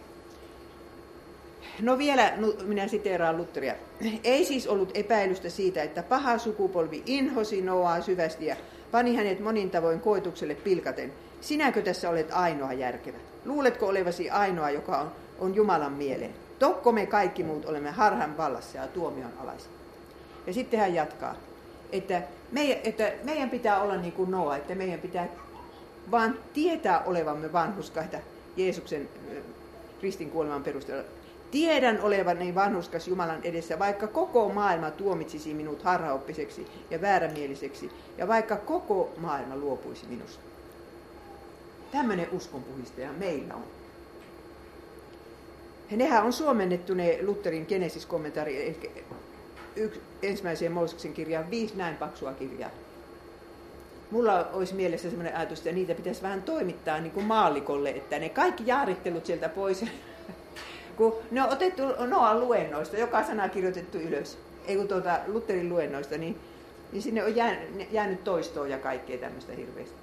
No vielä minä siteeraan Lutheria. Ei siis ollut epäilystä siitä, että paha sukupolvi inhosi Noaa syvästi ja pani hänet monin tavoin koetukselle pilkaten. Sinäkö tässä olet ainoa järkevä? Luuletko olevasi ainoa, joka on, on Jumalan mieleen? Tokko me kaikki muut olemme harhan vallassa ja tuomion alaisia. Ja sitten hän jatkaa, että meidän, että meidän pitää olla niin kuin Noa, että meidän pitää vaan tietää olevamme vanhurskaita Jeesuksen ristin kuoleman perusteella. Tiedän olevani vanhurskas Jumalan edessä, vaikka koko maailma tuomitsisi minut harhaoppiseksi ja väärämieliseksi, ja vaikka koko maailma luopuisi minusta. Tämmöinen uskonpuhistaja meillä on. Ja nehän on suomennettu ne Lutherin Genesis-kommentaari ensimmäiseen Mooseksen kirjaan, viisi näin paksua kirjaa. Mulla olisi mielessä sellainen ajatus, että niitä pitäisi vähän toimittaa niin kuin maallikolle, että ne kaikki jaarittelut sieltä pois, kun ne on otettu Noan luennoista, joka sana kirjoitettu ylös, ei kun tuota Lutherin luennoista, niin, niin sinne on jäänyt, jäänyt toistoa ja kaikkea tämmöistä hirveästi.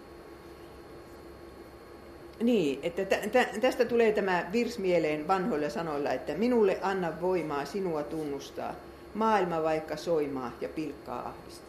Niin, että tä, tästä tulee tämä virs mieleen vanhoilla sanoilla, että minulle anna voimaa sinua tunnustaa, maailma vaikka soimaa ja pilkkaa ahdistaa.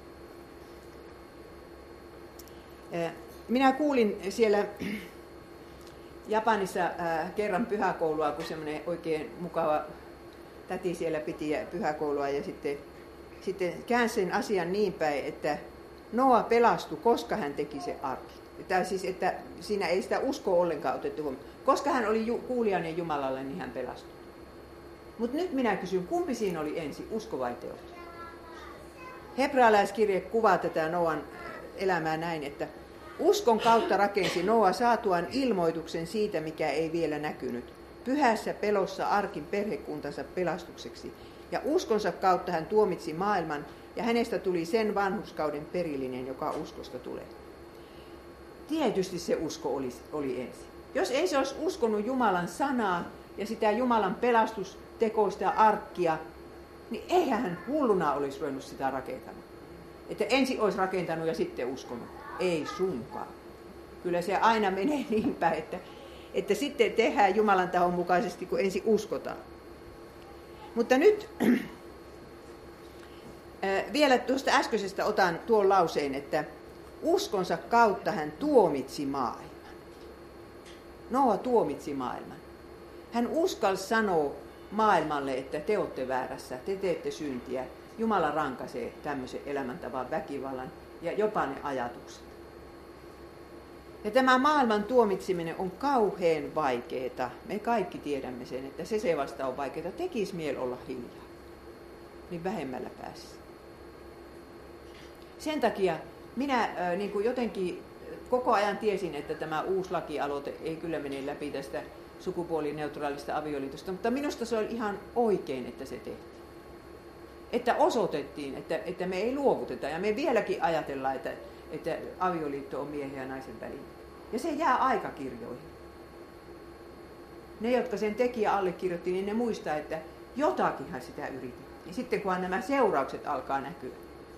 Minä kuulin siellä Japanissa kerran pyhäkoulua, kun semmoinen oikein mukava täti siellä piti pyhäkoulua ja sitten, sitten käänsi sen asian niin päin, että Noa pelastui, koska hän teki se arki. Tai siis, että siinä ei sitä uskoa ollenkaan otettu huomioon. Koska hän oli ju- kuulijainen Jumalalle, niin hän pelastui. Mutta nyt minä kysyn, kumpi siinä oli ensin, usko vai teot? Hebrealaiskirje kuvaa tätä Noan elämää näin, että uskon kautta rakensi Noa saatuaan ilmoituksen siitä, mikä ei vielä näkynyt. Pyhässä pelossa arkin perhekuntansa pelastukseksi. Ja uskonsa kautta hän tuomitsi maailman, ja hänestä tuli sen vanhurskauden perillinen, joka uskosta tulee. Tietysti se usko oli, oli ensin. Jos ei se olisi uskonut Jumalan sanaa ja sitä Jumalan pelastustekoista arkkia, niin eihän hän hulluna olisi ruvennut sitä rakentamaan. Että ensin olisi rakentanut ja sitten uskonut. Ei sunkaan. Kyllä se aina menee niin päin, että, että sitten tehdään Jumalan tahon mukaisesti, kun ensin uskotaan. Mutta nyt vielä tuosta äskeisestä otan tuon lauseen, että uskonsa kautta hän tuomitsi maailman. Noa tuomitsi maailman. Hän uskalsi sanoa maailmalle, että te olette väärässä, te teette syntiä. Jumala rankaisee tämmöisen elämäntavan väkivallan ja jopa ne ajatukset. Ja tämä maailman tuomitseminen on kauhean vaikeeta. Me kaikki tiedämme sen, että se se vasta on vaikeeta. Tekisi mieli olla hiljaa. Niin vähemmällä pääsisi. Sen takia minä äh, niin kuin jotenkin koko ajan tiesin, että tämä uusi lakialoite ei kyllä mene läpi tästä sukupuolineutraalista avioliitosta, mutta minusta se oli ihan oikein, että se tehtiin. Että osoitettiin, että, että me ei luovuteta ja me vieläkin ajatellaan, että, että avioliitto on miehen ja naisen välillä. Ja se jää aikakirjoihin. Ne, jotka sen tekijä allekirjoitti, niin ne muistaa, että jotakinhan sitä yritettiin. Sitten kunhan nämä seuraukset alkaa näkyä.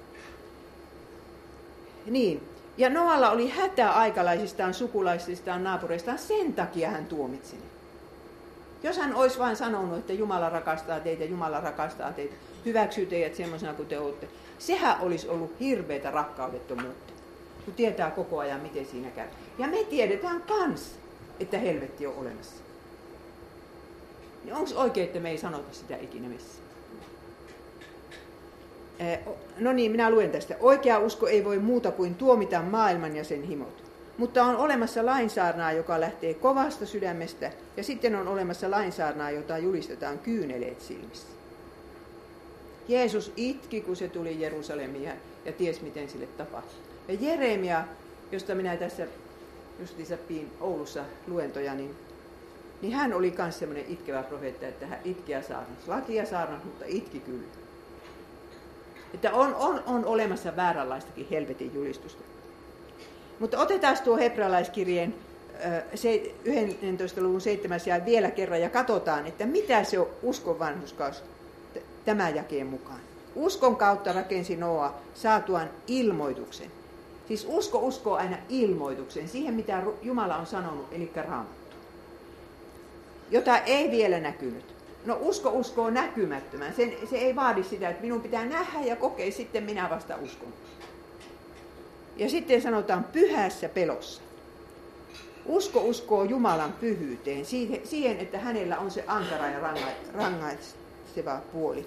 Niin. Ja Noalla oli hätä aikalaisistaan, sukulaisistaan, naapureistaan, sen takia hän tuomitsi ne. Jos hän olisi vain sanonut, että Jumala rakastaa teitä, Jumala rakastaa teitä, hyväksyy teidät semmoisena kuin te olette, sehän olisi ollut hirveätä rakkaudettomuutta, kun tietää koko ajan, miten siinä käy. Ja me tiedetään kans, että helvetti on olemassa. Niin onko oikein, että me ei sanota sitä ikinä missään? No niin, minä luen tästä. Oikea usko ei voi muuta kuin tuomita maailman ja sen himot. Mutta on olemassa lainsaarnaa, joka lähtee kovasta sydämestä, ja sitten on olemassa lainsaarnaa, jota julistetaan kyyneleet silmissä. Jeesus itki, kun se tuli Jerusalemiin ja, ja ties, miten sille tapahtui. Ja Jeremia, josta minä tässä justiinsa piin Oulussa luentoja, niin niin hän oli myös semmoinen itkevä profeetta, että hän itki ja saarnasi. Lakia saarnasi, mutta itki kyllä. Että on, on, on olemassa vääränlaistakin helvetin julistusta. Mutta otetaan tuo hebrealaiskirjeen yhdentoista luvun seitsemäs jae vielä kerran ja katsotaan, että mitä se on uskon vanhurskaus tämän jakeen mukaan. Uskon kautta rakensi Noa saatuaan ilmoituksen. Siis usko uskoo aina ilmoituksen, siihen mitä Jumala on sanonut, eli Raamattu. Jota ei vielä näkynyt. No usko uskoo näkymättömän. Sen, se ei vaadi sitä, että minun pitää nähdä ja kokea, sitten minä vasta uskon. Ja sitten sanotaan pyhässä pelossa. Usko uskoo Jumalan pyhyyteen, siihen, että hänellä on se ankara ja rangaisteva puoli.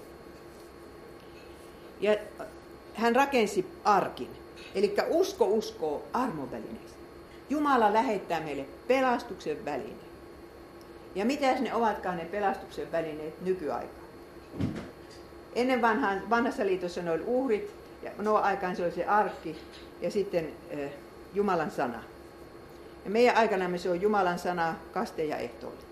Ja hän rakensi arkin. Eli usko uskoo armovälineistä. Jumala lähettää meille pelastuksen välineet. Ja mitä ne ovatkaan ne pelastuksen välineet nykyaikaan? Ennen vanhaan, vanhassa liitossa ne oli uhrit, ja Noan aikaan se oli se arkki, ja sitten äh, Jumalan sana. Ja meidän aikanamme se on Jumalan sana, kaste ja ehtoollinen.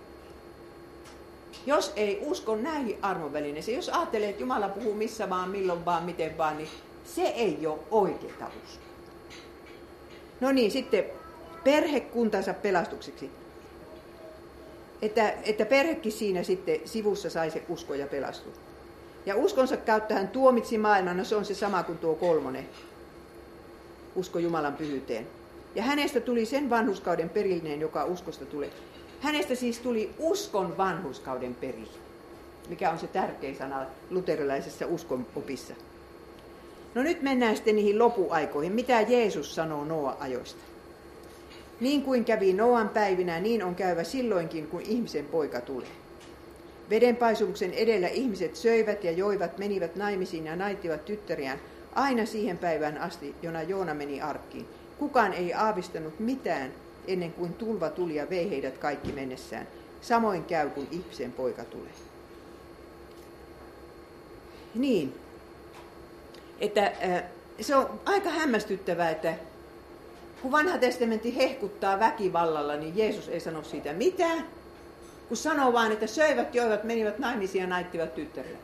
Jos ei usko näihin armovälineisiin, jos ajattelee, että Jumala puhuu missä vaan, milloin vaan, miten vaan, niin se ei ole oikeaa uskoa. No niin, sitten perhekuntansa pelastukseksi. Että, että perhekin siinä sitten sivussa sai se usko ja pelastus. Ja uskonsa kautta hän tuomitsi maailman, no se on se sama kuin tuo kolmonen. Usko Jumalan pyhyyteen. Ja hänestä tuli sen vanhurskauden perillinen, joka uskosta tulee. Hänestä siis tuli uskon vanhurskauden perillinen, mikä on se tärkein sana luterilaisessa uskon opissa. No nyt mennään sitten niihin lopuaikoihin. Mitä Jeesus sanoo Noan ajoista? Niin kuin kävi Noan päivinä, niin on käyvä silloinkin, kun ihmisen poika tulee. Vedenpaisumuksen edellä ihmiset söivät ja joivat, menivät naimisiin ja naittivat tyttäriään aina siihen päivään asti, jona Joona meni arkkiin. Kukaan ei aavistanut mitään ennen kuin tulva tuli ja vei heidät kaikki mennessään. Samoin käy, kun ihmisen poika tulee. Niin, että äh, se on aika hämmästyttävää, että kun vanha testamentti hehkuttaa väkivallalla, niin Jeesus ei sano siitä mitään. Kun sanoo vaan, että söivät, joivat, menivät naimisiin ja naittivat tyttäriä.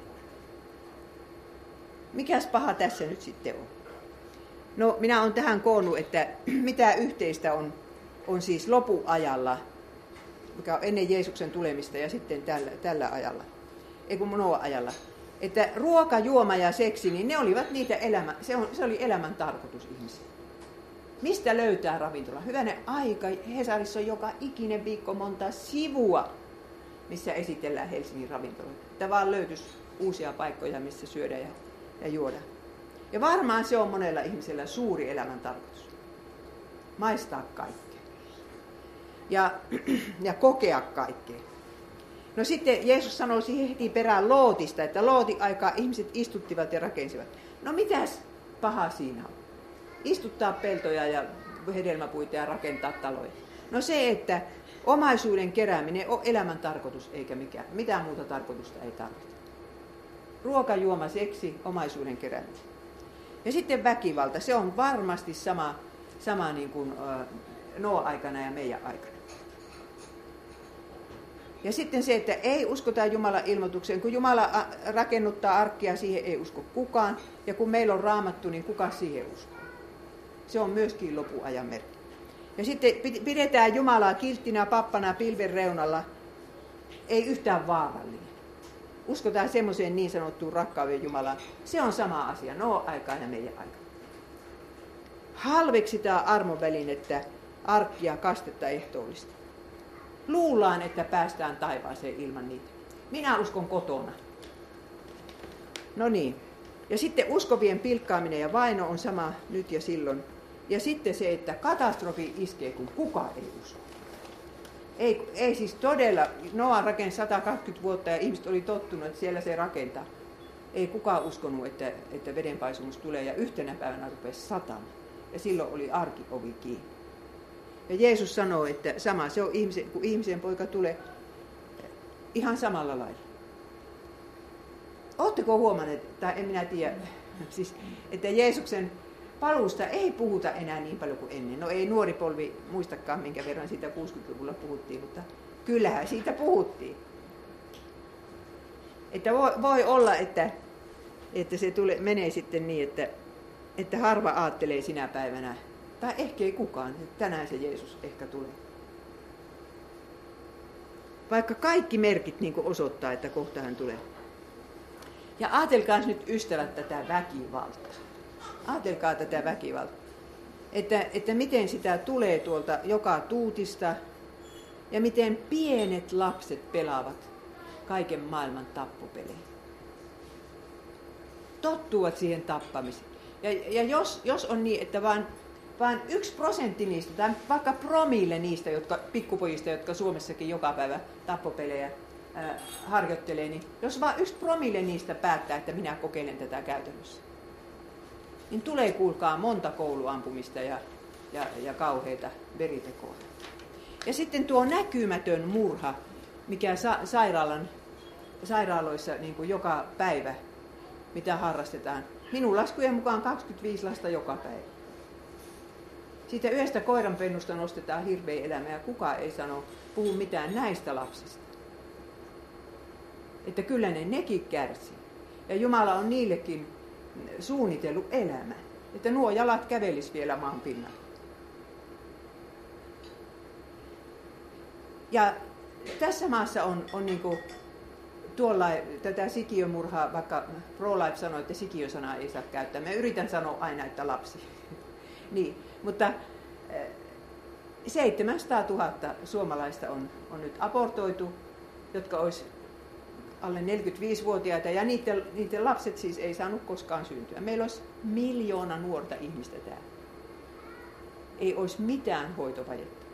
Mikäs paha tässä nyt sitten on? No, minä olen tähän koonnut, että mitä yhteistä on, on siis lopuajalla, mikä on ennen Jeesuksen tulemista ja sitten tällä, tällä ajalla, ei kun Noan ajalla. Että ruoka, juoma ja seksi, niin ne olivat niitä elämä, se, on, se oli elämän tarkoitus ihmisille. Mistä löytää ravintola? Hyvänen aika, Hesarissa on joka ikinen viikko monta sivua, missä esitellään Helsingin ravintoloita. Että vaan löytyisi uusia paikkoja, missä syödä ja, ja juoda. Ja varmaan se on monella ihmisellä suuri elämän tarkoitus. Maistaa kaikkea. Ja, ja kokea kaikkea. No sitten Jeesus sanoi siihen heti perään Lootista, että Lootin aikaa ihmiset istuttivat ja rakensivat. No mitäs paha siinä on? Istuttaa peltoja ja hedelmäpuita ja rakentaa taloja. No se, että omaisuuden kerääminen on elämän tarkoitus eikä mikään. Mitään muuta tarkoitusta ei tarvita. Ruoka, juoma, seksi, omaisuuden kerääminen. Ja sitten väkivalta, se on varmasti sama, sama niin kuin Noan aikana ja meidän aikana. Ja sitten se, että ei uskota Jumalan ilmoitukseen. Kun Jumala rakennuttaa arkkia, siihen ei usko kukaan. Ja kun meillä on Raamattu, niin kuka siihen uskoo? Se on myöskin lopuajan merkki. Ja sitten pidetään Jumalaa kilttinä pappana pilven reunalla. Ei yhtään vaarallinen. Uskotaan semmoiseen niin sanottuun rakkauden Jumalaan. Se on sama asia, Noan aikaa ja meidän aikana. Halveksitaan armon välinettä, arkkia, kastetta, ehtoollista. Luullaan, että päästään taivaaseen ilman niitä. Minä uskon kotona. No niin. Ja sitten uskovien pilkkaaminen ja vaino on sama nyt ja silloin. Ja sitten se, että katastrofi iskee, kun kukaan ei usko. Ei, ei siis todella, Noa rakensi sata kaksikymmentä vuotta ja ihmiset oli tottunut, että siellä se rakentaa. Ei kukaan uskonut, että, että vedenpaisumus tulee ja yhtenä päivänä rupesi satamaan. Ja silloin oli arkiovi kiinni. Ja Jeesus sanoo, että sama se on ihmisen, kun ihmisen poika tulee ihan samalla lailla. Oletteko huomanneet, tai en minä tiedä, siis, että Jeesuksen paluusta ei puhuta enää niin paljon kuin ennen. No ei nuori polvi muistakaan, minkä verran siitä kuusikymmentäluvulla puhuttiin, mutta Kyllähän siitä puhuttiin. Että voi, voi olla, että, että se tule, menee sitten niin, että, että harva aattelee sinä päivänä, tai ehkä ei kukaan, että tänään se Jeesus ehkä tulee. Vaikka kaikki merkit niin kuin osoittaa, että kohta hän tulee. Ja ajatelkaa nyt ystävät tätä väkivaltaa. Ajatelkaa tätä väkivaltaa. Että, että miten sitä tulee tuolta joka tuutista ja miten pienet lapset pelaavat kaiken maailman tappopelejä. Tottuvat siihen tappamiseen. Ja, ja jos, jos on niin, että vain, vain yksi prosentti niistä, tai vaikka promille niistä jotka, pikkupojista, jotka Suomessakin joka päivä tappopelejä ää, harjoittelee, niin jos vain yksi promille niistä päättää, että minä kokeilen tätä käytännössä, niin tulee kuulkaa monta kouluampumista ja, ja, ja kauheita veritekoa. Ja sitten tuo näkymätön murha, mikä sa- sairaalan, sairaaloissa niin kuin joka päivä, mitä harrastetaan. Minun laskujen mukaan kaksikymmentäviisi lasta joka päivä. Siitä yhdestä koiranpennusta nostetaan hirveä elämä ja kukaan ei sano, puhu mitään näistä lapsista. Että kyllä ne nekin kärsii. Ja Jumala on niillekin suunnitellut elämän. Että nuo jalat kävelis vielä maan pinnalla. Ja tässä maassa on, on niin kuin tuolla tätä sikiömurhaa, vaikka Pro-Life sanoi, että sikiösanaa ei saa käyttää. Mä yritän sanoa aina, että lapsi. Niin, mutta seitsemänsataatuhatta suomalaista on, on nyt abortoitu, jotka olisi alle neljäkymmentäviisivuotiaita, ja niiden, niiden lapset siis ei saanut koskaan syntyä. Meillä olisi miljoona nuorta ihmistä täällä. Ei olisi mitään hoitovajetta.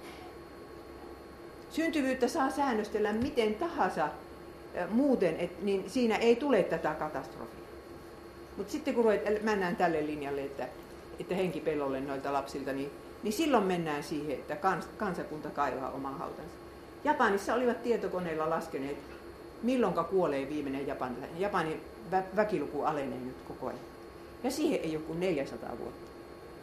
Syntyvyyttä saa säännöstellä miten tahansa muuten, et, niin siinä ei tule tätä katastrofia. Mutta sitten kun mennään tälle linjalle, että, että henki pelolle noilta lapsilta, niin, niin silloin mennään siihen, että kans, kansakunta kaivaa oman hautansa. Japanissa olivat tietokoneilla laskeneet, milloinka kuolee viimeinen japanilainen. Japanin vä- väkiluku alenee nyt koko ajan. Ja siihen ei ole kuin neljäsataa vuotta.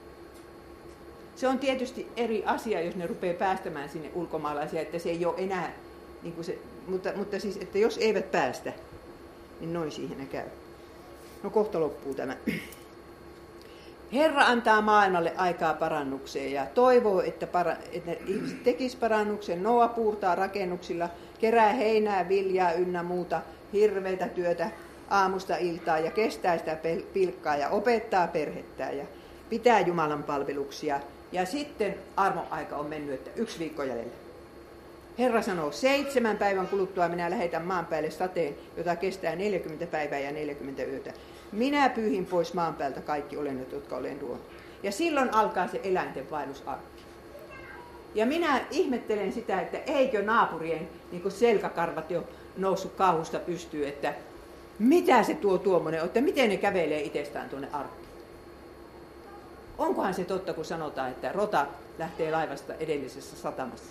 Se on tietysti eri asia, jos ne rupeaa päästämään sinne ulkomaalaisia, että se ei ole enää, niin kuin se, mutta, mutta siis, että jos eivät päästä, niin noin siihen ne käy. No kohta loppuu tämä. Herra antaa maailmalle aikaa parannukseen ja toivoo, että, para, että ihmiset tekisivät parannuksen. Noa puurtaa rakennuksilla, kerää heinää, viljaa ynnä muuta, hirveitä työtä aamusta iltaa ja kestää sitä pilkkaa ja opettaa perhettään ja pitää Jumalan palveluksia. Ja sitten armoaika on mennyt, että yksi viikko jäljellä. Herra sanoo, seitsemän päivän kuluttua minä lähetän maan päälle sateen, jota kestää neljäkymmentä päivää ja neljäkymmentä yötä. Minä pyyhin pois maan päältä kaikki olennot, jotka olen luonut. Ja silloin alkaa se eläinten vaellusarkki. Ja minä ihmettelen sitä, että eikö naapurien niin kuin selkäkarvat jo noussut kauhusta pystyyn, että mitä se tuo tuommoinen, että miten ne kävelee itsestään tuonne arkkiin. Onkohan se totta, kun sanotaan, että rota lähtee laivasta edellisessä satamassa?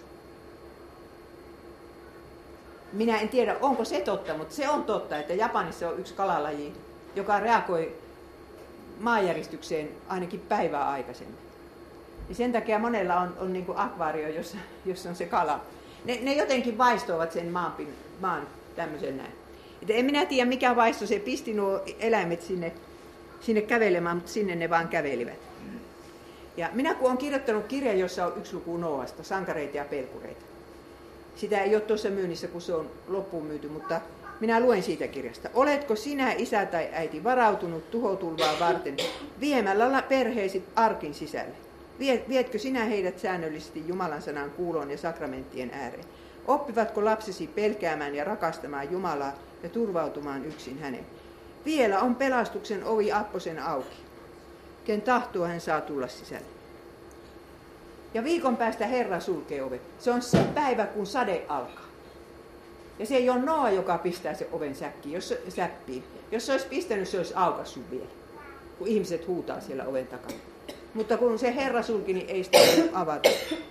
Minä en tiedä, onko se totta, mutta se on totta, että Japanissa on yksi kalalaji, joka reagoi maanjäristykseen ainakin päivää aikaisemmin. Ja sen takia monella on, on niin kuin akvaario, jossa, jossa on se kala. Ne, ne jotenkin vaistoavat sen maan, maan tämmöisen näin. Et en minä tiedä, mikä vaisto se pisti nuo eläimet sinne, sinne kävelemään, mutta sinne ne vaan kävelivät. Ja minä kun olen kirjoittanut kirjan, jossa on yksi luku Nooasta, sankareita ja pelkureita. Sitä ei ole tuossa myynnissä, kun se on loppuun myyty, mutta minä luen siitä kirjasta. Oletko sinä, isä tai äiti, varautunut tuhotulvaa varten viemällä perheesi arkin sisälle? Vietkö sinä heidät säännöllisesti Jumalan sanan kuuloon ja sakramenttien ääreen? Oppivatko lapsesi pelkäämään ja rakastamaan Jumalaa ja turvautumaan yksin häneen? Vielä on pelastuksen ovi apposen auki. Ken tahtoo, hän saa tulla sisälle. Ja viikon päästä Herra sulkee ovet. Se on se päivä, kun sade alkaa. Ja se ei ole Noa, joka pistää se oven säkkiin, jos se säppii. Jos se olisi pistänyt, se olisi aukaissut vielä, kun ihmiset huutaa siellä oven takana. Mutta kun se Herra sulki, niin ei sitä avata.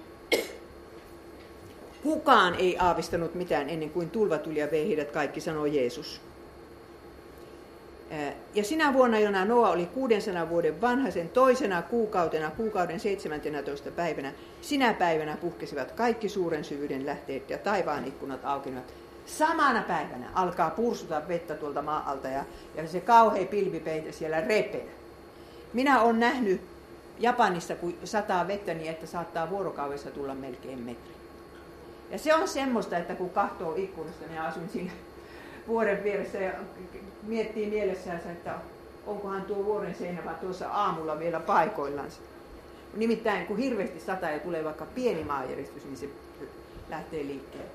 Kukaan ei aavistanut mitään ennen kuin tulva tuli ja vei heidät kaikki, sanoo Jeesus. Ja sinä vuonna, jona Noa oli kuudensadan vuoden vanha, sen toisena kuukautena, kuukauden seitsemäntenätoista päivänä, sinä päivänä puhkesivat kaikki suuren syvyyden lähteet ja taivaan ikkunat aukenivat. Samana päivänä alkaa pursuta vettä tuolta maan alta ja, ja se kauhea pilvipeite siellä repeä. Minä olen nähnyt Japanissa, kun sataa vettä niin, että saattaa vuorokaudessa tulla melkein metri. Ja se on semmoista, että kun katsoo ikkunasta, niin asun siinä vuoren vieressä ja miettii mielessään, että onkohan tuo vuoren seinä vaan tuossa aamulla vielä paikoillaan. Nimittäin kun hirveästi sataa ja tulee vaikka pieni maanjäristys, niin se lähtee liikkeelle.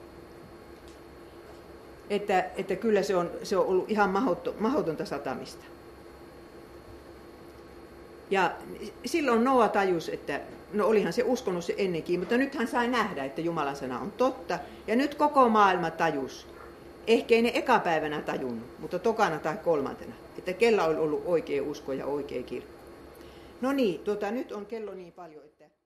Että, että kyllä se on, se on ollut ihan mahdotonta satamista. Ja silloin Noa tajusi, että no olihan se uskonut se ennenkin, mutta nyt hän sai nähdä, että Jumalan sana on totta. Ja nyt koko maailma tajusi. Ehkä ei ne ekapäivänä tajunnut, mutta tokana tai kolmantena, että kellä on ollut oikea usko ja oikea kirkko. No niin, tuota, nyt on kello niin paljon, että